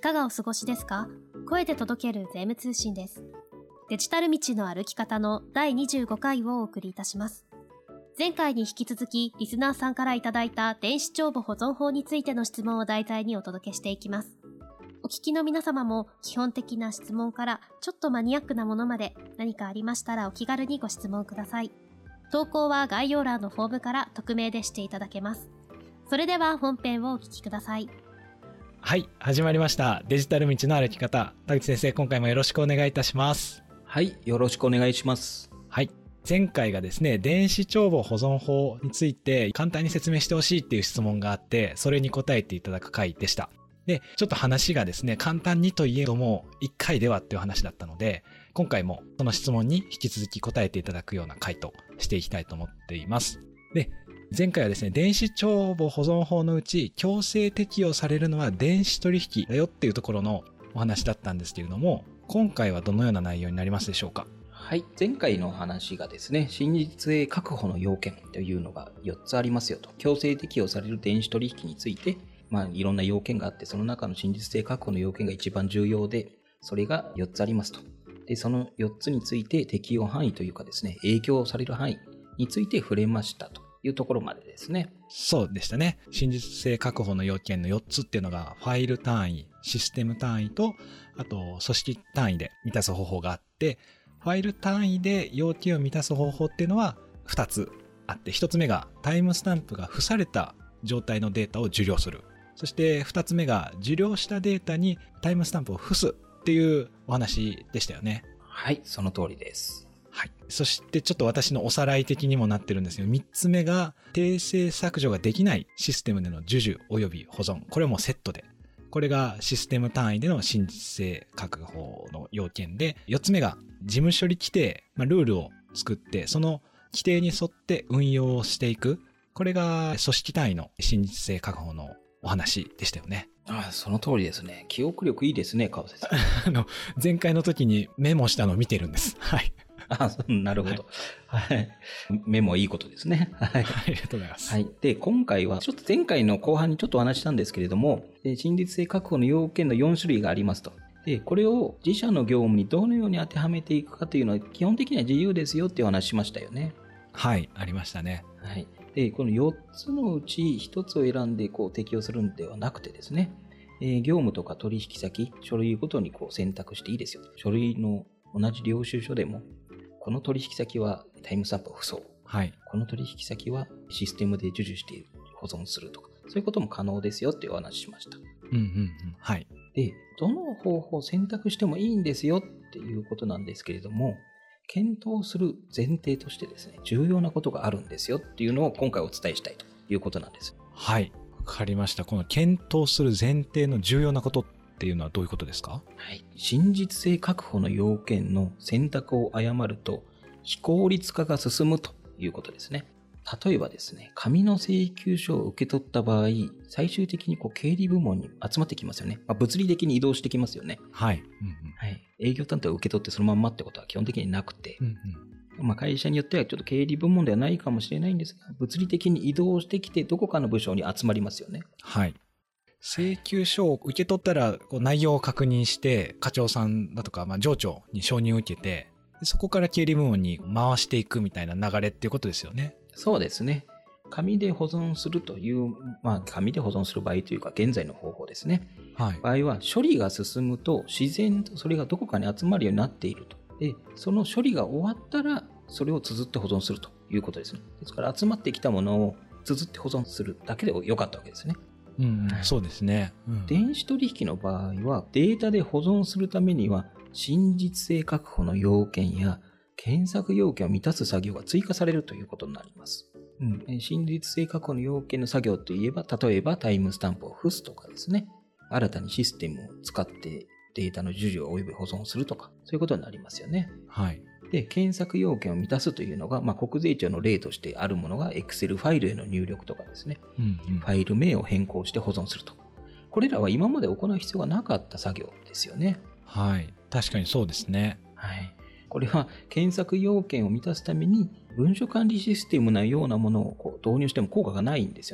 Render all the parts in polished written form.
かがお過ごしですか？声で届ける税務通信です。デジタル道の歩き方の第25回をお送りいたします。前回に引き続きリスナーさんからいただいた電子帳簿保存法についての質問を題材にお届けしていきます。お聞きの皆様も基本的な質問からちょっとマニアックなものまで何かありましたらお気軽にご質問ください。投稿は概要欄のフォームから匿名でしていただけます。それでは本編をお聞きください。 はい、始まりました。デジタル道の歩き方。田口先生、今回もよろしくお願いいたします。 はい、よろしくお願いします。 はい。前回がですね、電子帳簿保存法について簡単に説明してほしいっていう質問があって、それに答えていただく回でした。で、ちょっと話がですね、簡単にといえども、1回ではっていう話だったので、今回もその質問に引き続き答えていただくような回としていきたいと思っています。で、前回はですね、電子帳簿保存法のうち強制適用されるのは電子取引だよっていうところのお話だったんですけれども、今回はどのような内容になりますでしょうか？ はい、前回の話がですね、真実性確保の要件というのが4つありますよと。強制適用される電子取引について、いろんな要件があって、その中の真実性確保の要件が一番重要で、それが4つありますと。で、その4つについて適用範囲というかですね、影響される範囲について触れましたというところまでですね。 そうでしたね。真実性確保の要件の4つっていうのが、ファイル単位、システム単位と、あと組織単位で満たす方法があって、ファイル単位で要件を満たす方法っていうのは2つあって、1つ目がタイムスタンプが付された状態のデータを受領する。そして2つ目が受領したデータにタイムスタンプを付すっていうお話でしたよね。 はい、その通りです。 はい。そしてちょっと私のおさらい的にもなってるんですけど、3つ目が訂正削除ができないシステムでの受受及び保存。これもセットで。これがシステム単位での真実性確保の要件で、4つ目が事務処理規定、ルールを作って、その規定に沿って運用をしていく。これが組織単位の真実性確保のお話でしたよね。 その通りですね。記憶力いいですね、川先生。前回の時にメモしたのを見てるんです。はい。 なるほど。はい。メモいいことですね。はい。 ありがとうございます。 はい。で、今回は、ちょっと前回の後半にちょっとお話したんですけれども、真実性確保の要件の4種類がありますと。で、これを自社の業務にどのように当てはめていくかというのは、基本的には自由ですよっていうお話しましたよね。 はい、ありましたね。 はい。で、この4つのうち1つを選んで適用するんではなくてですね、業務とか取引先、書類ごとに選択していいですよ。書類の同じ領収書でも、この取引先はタイムスタンプを付送。 はい。 この取引先はシステムで受受して保存するとか、そういうことも可能ですよっていうお話ししました。 はい。 で、どの方法を選択してもいいんですよっていうことなんですけれども、検討する前提としてですね、重要なことがあるんですよっていうのを今回お伝えしたいということなんです。 はい。わかりました。この検討する前提の重要なことっていうのはどういうことですか？ はい。真実性確保の要件の選択を誤ると、非効率化が進むということですね。例えばですね、紙の請求書を受け取った場合、最終的に経理部門に集まってきますよね。物理的に移動してきますよね。 はい。 はい。営業担当を受け取ってそのまんまってことは基本的になくて、会社によってはちょっと経理部門ではないかもしれないんですが、物理的に移動してきてどこかの部署に集まりますよね。 はい。請求書を受け取ったら内容を確認して課長さんだとか、上長に承認を受けて、そこから経理部門に回していくみたいな流れっていうことですよね。 そうですね。紙で保存するという、紙で保存する場合というか現在の方法ですね。 はい。 場合は処理が進むと自然とそれがどこかに集まるようになっていると。で、その処理が終わったらそれを綴って保存するということですね。ですから集まってきたものを綴って保存するだけでよかったわけですね。 そうですね。 電子取引の場合はデータで保存するためには真実性確保の要件や検索要件を満たす作業が追加されるということになります。真実性確保の要件の作業といえば、例えばタイムスタンプを付すとかですね、新たにシステムを使ってデータの受受及び保存するとか、そういうことになりますよね。 はい。 で、検索要件を満たすというのが、国税庁の例としてあるものが Excel ファイルへの入力とかですね、ファイル名を変更して保存すると。これらは今まで行う必要がなかった作業ですよね。 はい。確かにそうですね。 はい。これは検索要件を満たすために文書管理システムのようなものを導入しても効果がないんですよね。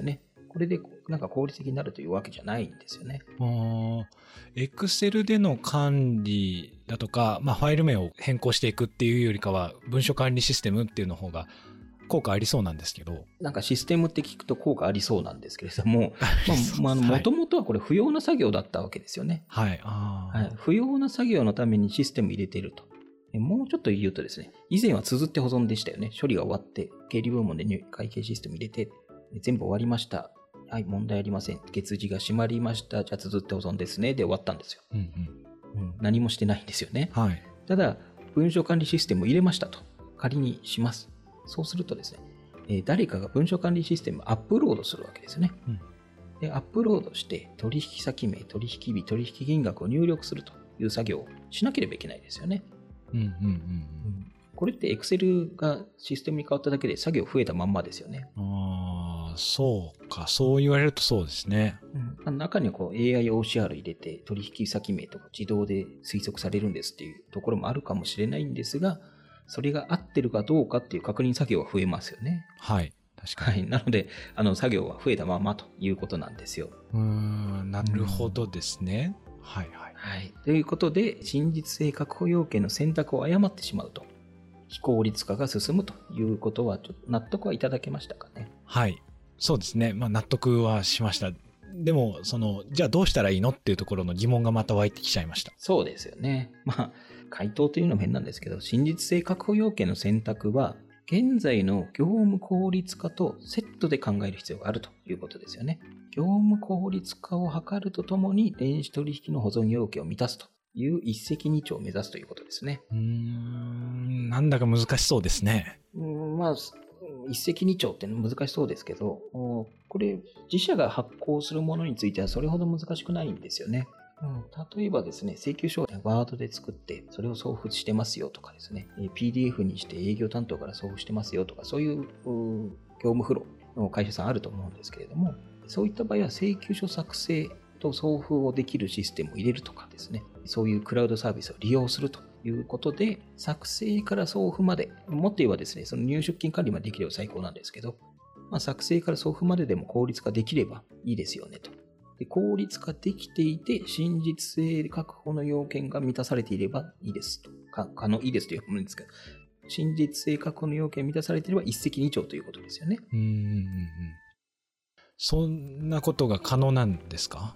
これでなんか効率的になるというわけじゃないんですよね。 Excel での管理だとか、ファイル名を変更していくっていうよりかは、文書管理システムっていうの方が効果ありそうなんですけど。 なんかシステムって聞くと効果ありそうなんですけれども、もともとはこれ不要な作業だったわけですよね。 はい。 不要な作業のためにシステム入れていると。もうちょっと言うとですね、以前は綴って保存でしたよね。処理が終わって、経理部門で会計システム入れて、全部終わりました。はい、問題ありません。月次が閉まりました。じゃあ綴って保存ですね。で終わったんですよ。何もしてないんですよね。 はい。 ただ、文書管理システムを入れましたと。仮にします。そうするとですね、誰かが文書管理システムをアップロードするわけですよね。で、アップロードして、取引先名、取引日、取引金額を入力するという作業をしなければいけないですよね。これって Excel がシステムに変わっただけで作業増えたまんまですよね。 そうか。そう言われるとそうですね。 中にはこう AI-OCR 入れて取引先名とか自動で推測されるんですっていうところもあるかもしれないんですが、それが合ってるかどうかっていう確認作業は増えますよね。 はい。確かに。 なので、作業は増えたままということなんですよ。 なるほどですね。はい。 ということで、真実性確保要件の選択を誤ってしまうと、非効率化が進むということは、ちょっと納得はいただけましたかね。 はい。そうですね。納得はしました。でも、じゃあどうしたらいいのっていうところの疑問がまた湧いてきちゃいました。 そうですよね。回答というのも変なんですけど、真実性確保要件の選択は、現在の業務効率化とセットで考える必要があるということですよね。業務効率化を図るとともに、電子取引の保存要件を満たすという一石二鳥を目指すということですね。 なんだか難しそうですね。 一石二鳥って難しそうですけど、これ、自社が発行するものについてはそれほど難しくないんですよね。例えばですね、請求書をワードで作って、それを送付してますよとかですね、PDF にして営業担当から送付してますよとか、そういう業務フローの会社さんあると思うんですけれども、そういった場合は請求書作成と送付をできるシステムを入れるとかですね、そういうクラウドサービスを利用するということで、作成から送付まで、もっと言えばですね、その入出金管理までできれば最高なんですけど、作成から送付まででも効率化できればいいですよねと。で、効率化できていて、真実性確保の要件が満たされていればいいですと。いいですというものですけど、真実性確保の要件が満たされていれば一石二鳥ということですよね。 そんなことが可能なんですか？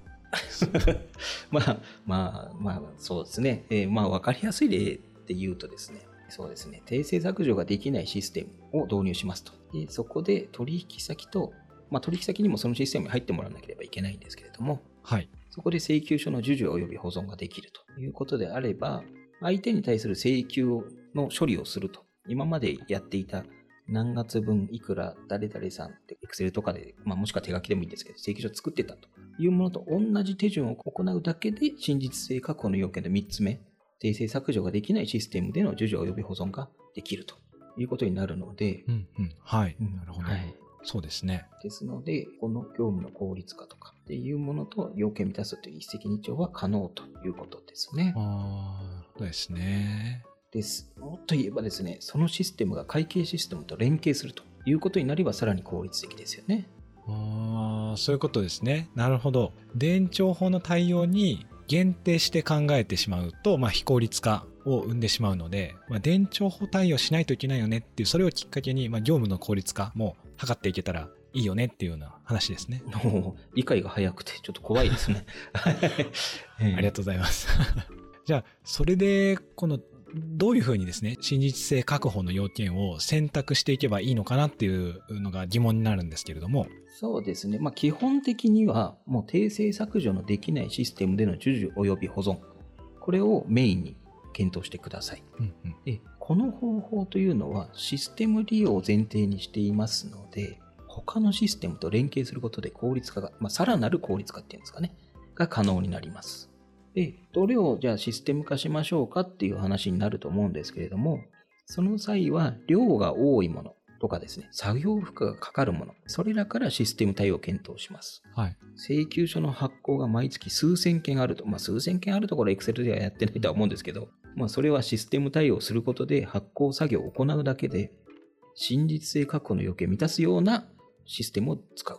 そうですね。わかりやすい例って言うとですね、そうですね、訂正削除ができないシステムを導入しますと。で、そこで取引先と、取引先にもそのシステムに入ってもらわなければいけないんですけれども、そこで請求書の受受及び保存ができるということであれば、相手に対する請求の処理をすると、今までやっていた何月分いくら誰々さんって Excel とかで、もしくは手書きでもいいんですけど、請求書作ってたというものと同じ手順を行うだけで、真実性確保の要件の3つ目、訂正削除ができないシステムでの受受及び保存ができるということになるので、 なるほど。そうですね。 ですので、この業務の効率化とかっていうものと要件を満たすという一石二鳥は可能ということですね。 そうですね。 もっと言えばですね、そのシステムが会計システムと連携するということになればさらに効率的ですよね。 そういうことですね。なるほど。伝承法の対応に限定して考えてしまうと、非効率化を生んでしまうので、伝承法対応しないといけないよねっていう、それをきっかけに、業務の効率化も図っていけたらいいよねっていうような話ですね。 理解が早くてちょっと怖いですね。 ありがとうございます。じゃあ、それで、どういうふうにですね、真実性確保の要件を選択していけばいいのかなっていうのが疑問になるんですけれども。 そうですね。基本的には、もう訂正削除のできないシステムでの受受及び保存。これをメインに検討してください。で、この方法というのはシステム利用を前提にしていますので、他のシステムと連携することで効率化が、さらなる効率化っていうんですかね、が可能になります。で、どれをじゃあシステム化しましょうかっていう話になると思うんですけれども、その際は量が多いものとかですね、作業負荷がかかるもの、それらからシステム対応を検討します。請求書の発行が毎月数千件あると、数千件あるところは Excel ではやってないとは思うんですけど、それはシステム対応することで発行作業を行うだけで、真実性確保の要件を満たすようなシステムを使うと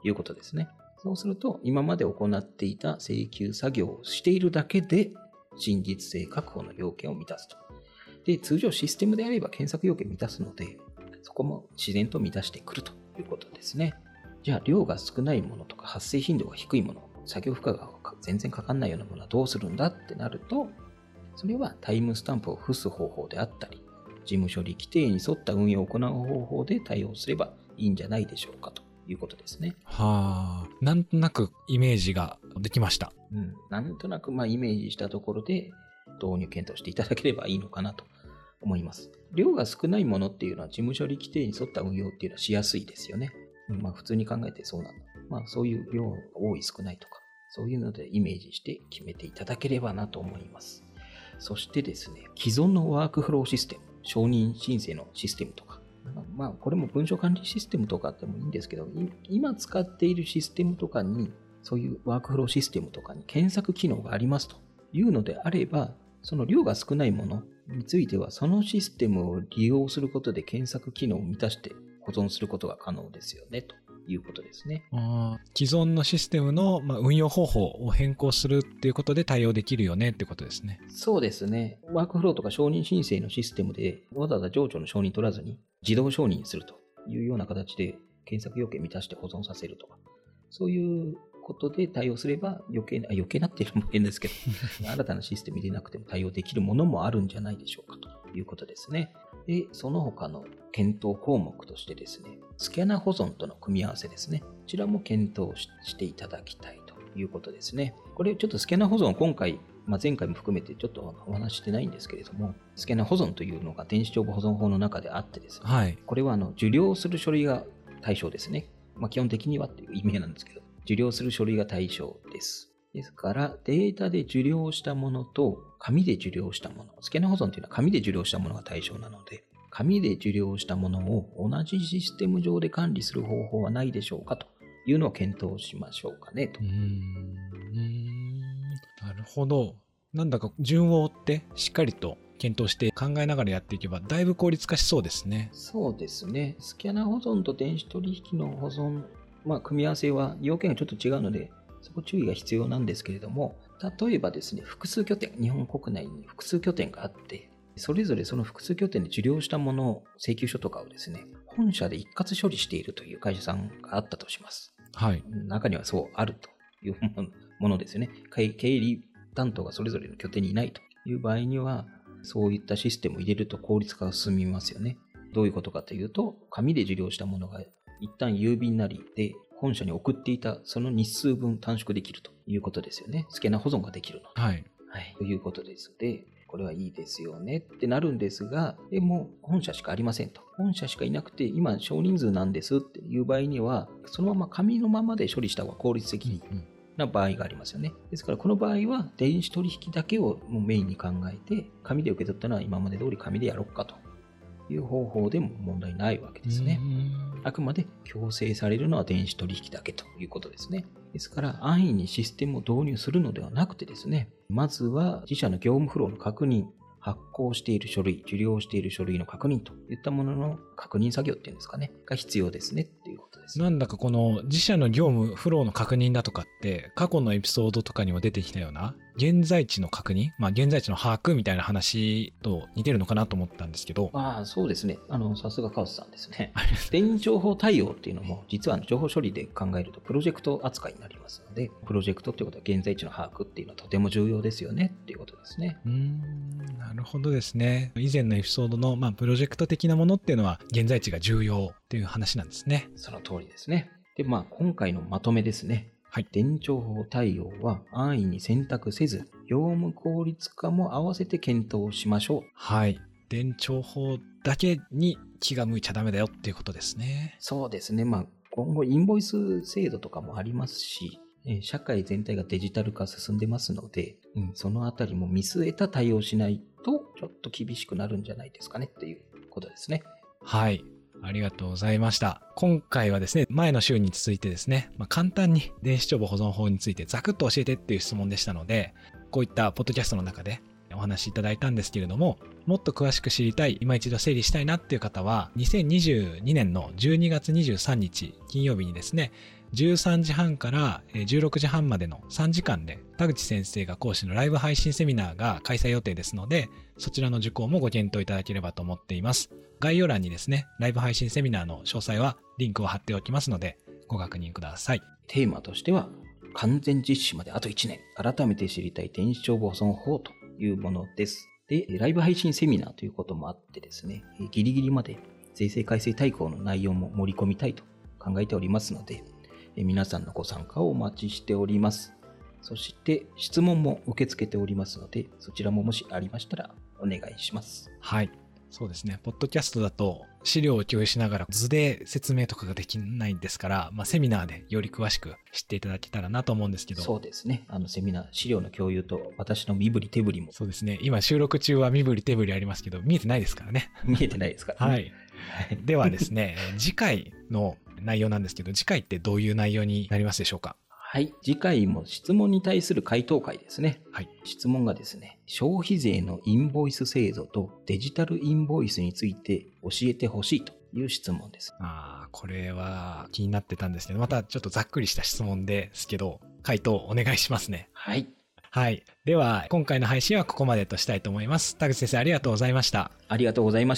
いうことですね。そうすると、今まで行っていた請求作業をしているだけで、真実性確保の要件を満たすと。で、通常システムであれば検索要件を満たすので、そこも自然と満たしてくるということですね。じゃあ、量が少ないものとか発生頻度が低いもの、作業負荷が全然かかんないようなものはどうするんだってなると、それはタイムスタンプを付す方法であったり、事務処理規定に沿った運用を行う方法で対応すればいいんじゃないでしょうかということですね。 はあ、なんとなくイメージができました。 なんとなくイメージしたところで導入検討していただければいいのかなと思います。量が少ないものっていうのは事務処理規定に沿った運用っていうのはしやすいですよね。普通に考えてそうなんだ。そういう量が多い少ないとか、そういうのでイメージして決めていただければなと思います。そしてですね、既存のワークフローシステム、承認申請のシステムとか、これも文書管理システムとかでもいいんですけど、今使っているシステムとかに、そういうワークフローシステムとかに検索機能がありますというのであれば、その量が少ないものについては、そのシステムを利用することで検索機能を満たして保存することが可能ですよね、ということですね。 既存のシステムの運用方法を変更するっていうことで対応できるよねってことですね。 そうですね。ワークフローとか承認申請のシステムでわざわざ情緒の承認取らずに自動承認するというような形で検索要件満たして保存させるとか、そういうことで対応すれば余計なっていうのも変ですけど新たなシステム入れなくても対応できるものもあるんじゃないでしょうかということですね。で、その他の検討項目としてですね、スキャナ保存との組み合わせですね。こちらも検討していただきたいということですね。これちょっとスキャナ保存今回、前回も含めてちょっとお話してないんですけれども、スキャナ保存というのが電子帳簿保存法の中であってですね、これは受領する書類が対象ですね。基本的にはっていう意味なんですけど、受領する書類が対象です。ですから、データで受領したものと紙で受領したもの、スキャナ保存というのは紙で受領したものが対象なので、紙で受領したものを同じシステム上で管理する方法はないでしょうかというのを検討しましょうかねと。 なるほど。なんだか順を追ってしっかりと検討して考えながらやっていけばだいぶ効率化しそうですね。 そうですね。スキャナ保存と電子取引の保存、組み合わせは要件がちょっと違うので、そこ注意が必要なんですけれども、例えばですね、複数拠点、日本国内に複数拠点があって、それぞれその複数拠点で受領したもの、請求書とかをですね、本社で一括処理しているという会社さんがあったとします。中にはそうあるというものですよね。経理担当がそれぞれの拠点にいないという場合には、そういったシステムを入れると効率化が進みますよね。どういうことかというと、紙で受領したものが一旦郵便なりで本社に送っていたその日数分短縮できるということですよね。スキャナ保存ができるので。ということですので、これはいいですよねってなるんですが、でも本社しかありませんと。本社しかいなくて今少人数なんですっていう場合には、そのまま紙のままで処理した方が効率的な場合がありますよね。ですからこの場合は電子取引だけをもうメインに考えて、紙で受け取ったのは今まで通り紙でやろうかという方法でも問題ないわけですね。あくまで強制されるのは電子取引だけということですね。ですから安易にシステムを導入するのではなくてですね、まずは自社の業務フローの確認、発行している書類、受領している書類の確認といったものの確認作業っていうんですかね、が必要ですねっていうことです。 なんだかこの自社の業務フローの確認だとかって過去のエピソードとかにも出てきたような現在地の確認、現在地の把握みたいな話と似てるのかなと思ったんですけど。 そうですね。さすがカオスさんですね。電子情報対応っていうのも実は情報処理で考えるとプロジェクト扱いになりますので、プロジェクトっていうことは現在地の把握っていうのはとても重要ですよねっていうことですね。 なるほどですね。以前のエピソードの、プロジェクト的なものっていうのは現在地が重要っていう話なんですね。 その通りですね。で、今回のまとめですね。電情報対応は安易に選択せず、業務効率化も合わせて検討しましょう。 電情報だけに気が向いちゃダメだよっていうことですね。 そうですね。今後インボイス制度とかもありますし、社会全体がデジタル化進んでますので、そのあたりも見据えた対応しないとちょっと厳しくなるんじゃないですかねっていうことですね。 ありがとうございました。今回はですね、前の週に続いてですね、簡単に電子帳簿保存法についてざくっと教えてっていう質問でしたので、こういったポッドキャストの中でお話しいただいたんですけれども、もっと詳しく知りたい、今一度整理したいなっていう方は、2022年の12月23日金曜日にですね、 13時半から16時半までの3時間で田口先生が講師のライブ配信セミナーが開催予定ですので、そちらの受講もご検討いただければと思っています。概要欄にですね、ライブ配信セミナーの詳細はリンクを貼っておきますのでご確認ください。 テーマとしては、完全実施まであと1年、改めて知りたい電子帳簿保存法というものです。で、ライブ配信セミナーということもあってですね、ギリギリまで税制改正大綱の内容も盛り込みたいと考えておりますので、皆さんのご参加をお待ちしております。そして質問も受け付けておりますので、そちらももしありましたらお願いします。 はい。そうですね。ポッドキャストだと資料を共有しながら図で説明とかができないんですから、セミナーでより詳しく知っていただけたらなと思うんですけど。 そうですね。セミナー、資料の共有と私の身振り手振りも。 そうですね。今収録中は身振り手振りありますけど、見えてないですからね。 見えてないですからね。 はい。ではですね、次回の内容なんですけど、次回ってどういう内容になりますでしょうか？ はい。次回も質問に対する回答会ですね。 はい。 質問がですね、消費税のインボイス制度とデジタルインボイスについて教えてほしいという質問です。 これは気になってたんですけど、またちょっとざっくりした質問ですけど、回答お願いしますね。 はい。 はい。では、今回の配信はここまでとしたいと思います。田口先生、ありがとうございました。 ありがとうございました。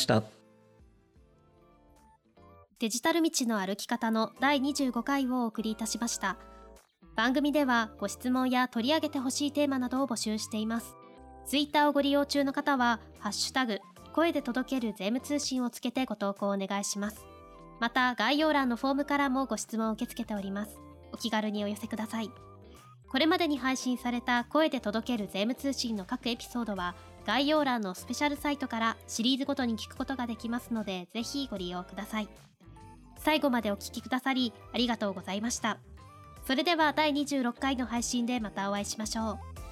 デジタル道の歩き方の第25回をお送りいたしました。番組ではご質問や取り上げてほしいテーマなどを募集しています。ツイッターをご利用中の方は、ハッシュタグ、声で届ける税務通信をつけてご投稿お願いします。また、概要欄のフォームからもご質問を受け付けております。お気軽にお寄せください。これまでに配信された声で届ける税務通信の各エピソードは、概要欄のスペシャルサイトからシリーズごとに聞くことができますので、ぜひご利用ください。最後までお聞きくださりありがとうございました。それでは第26回の配信でまたお会いしましょう。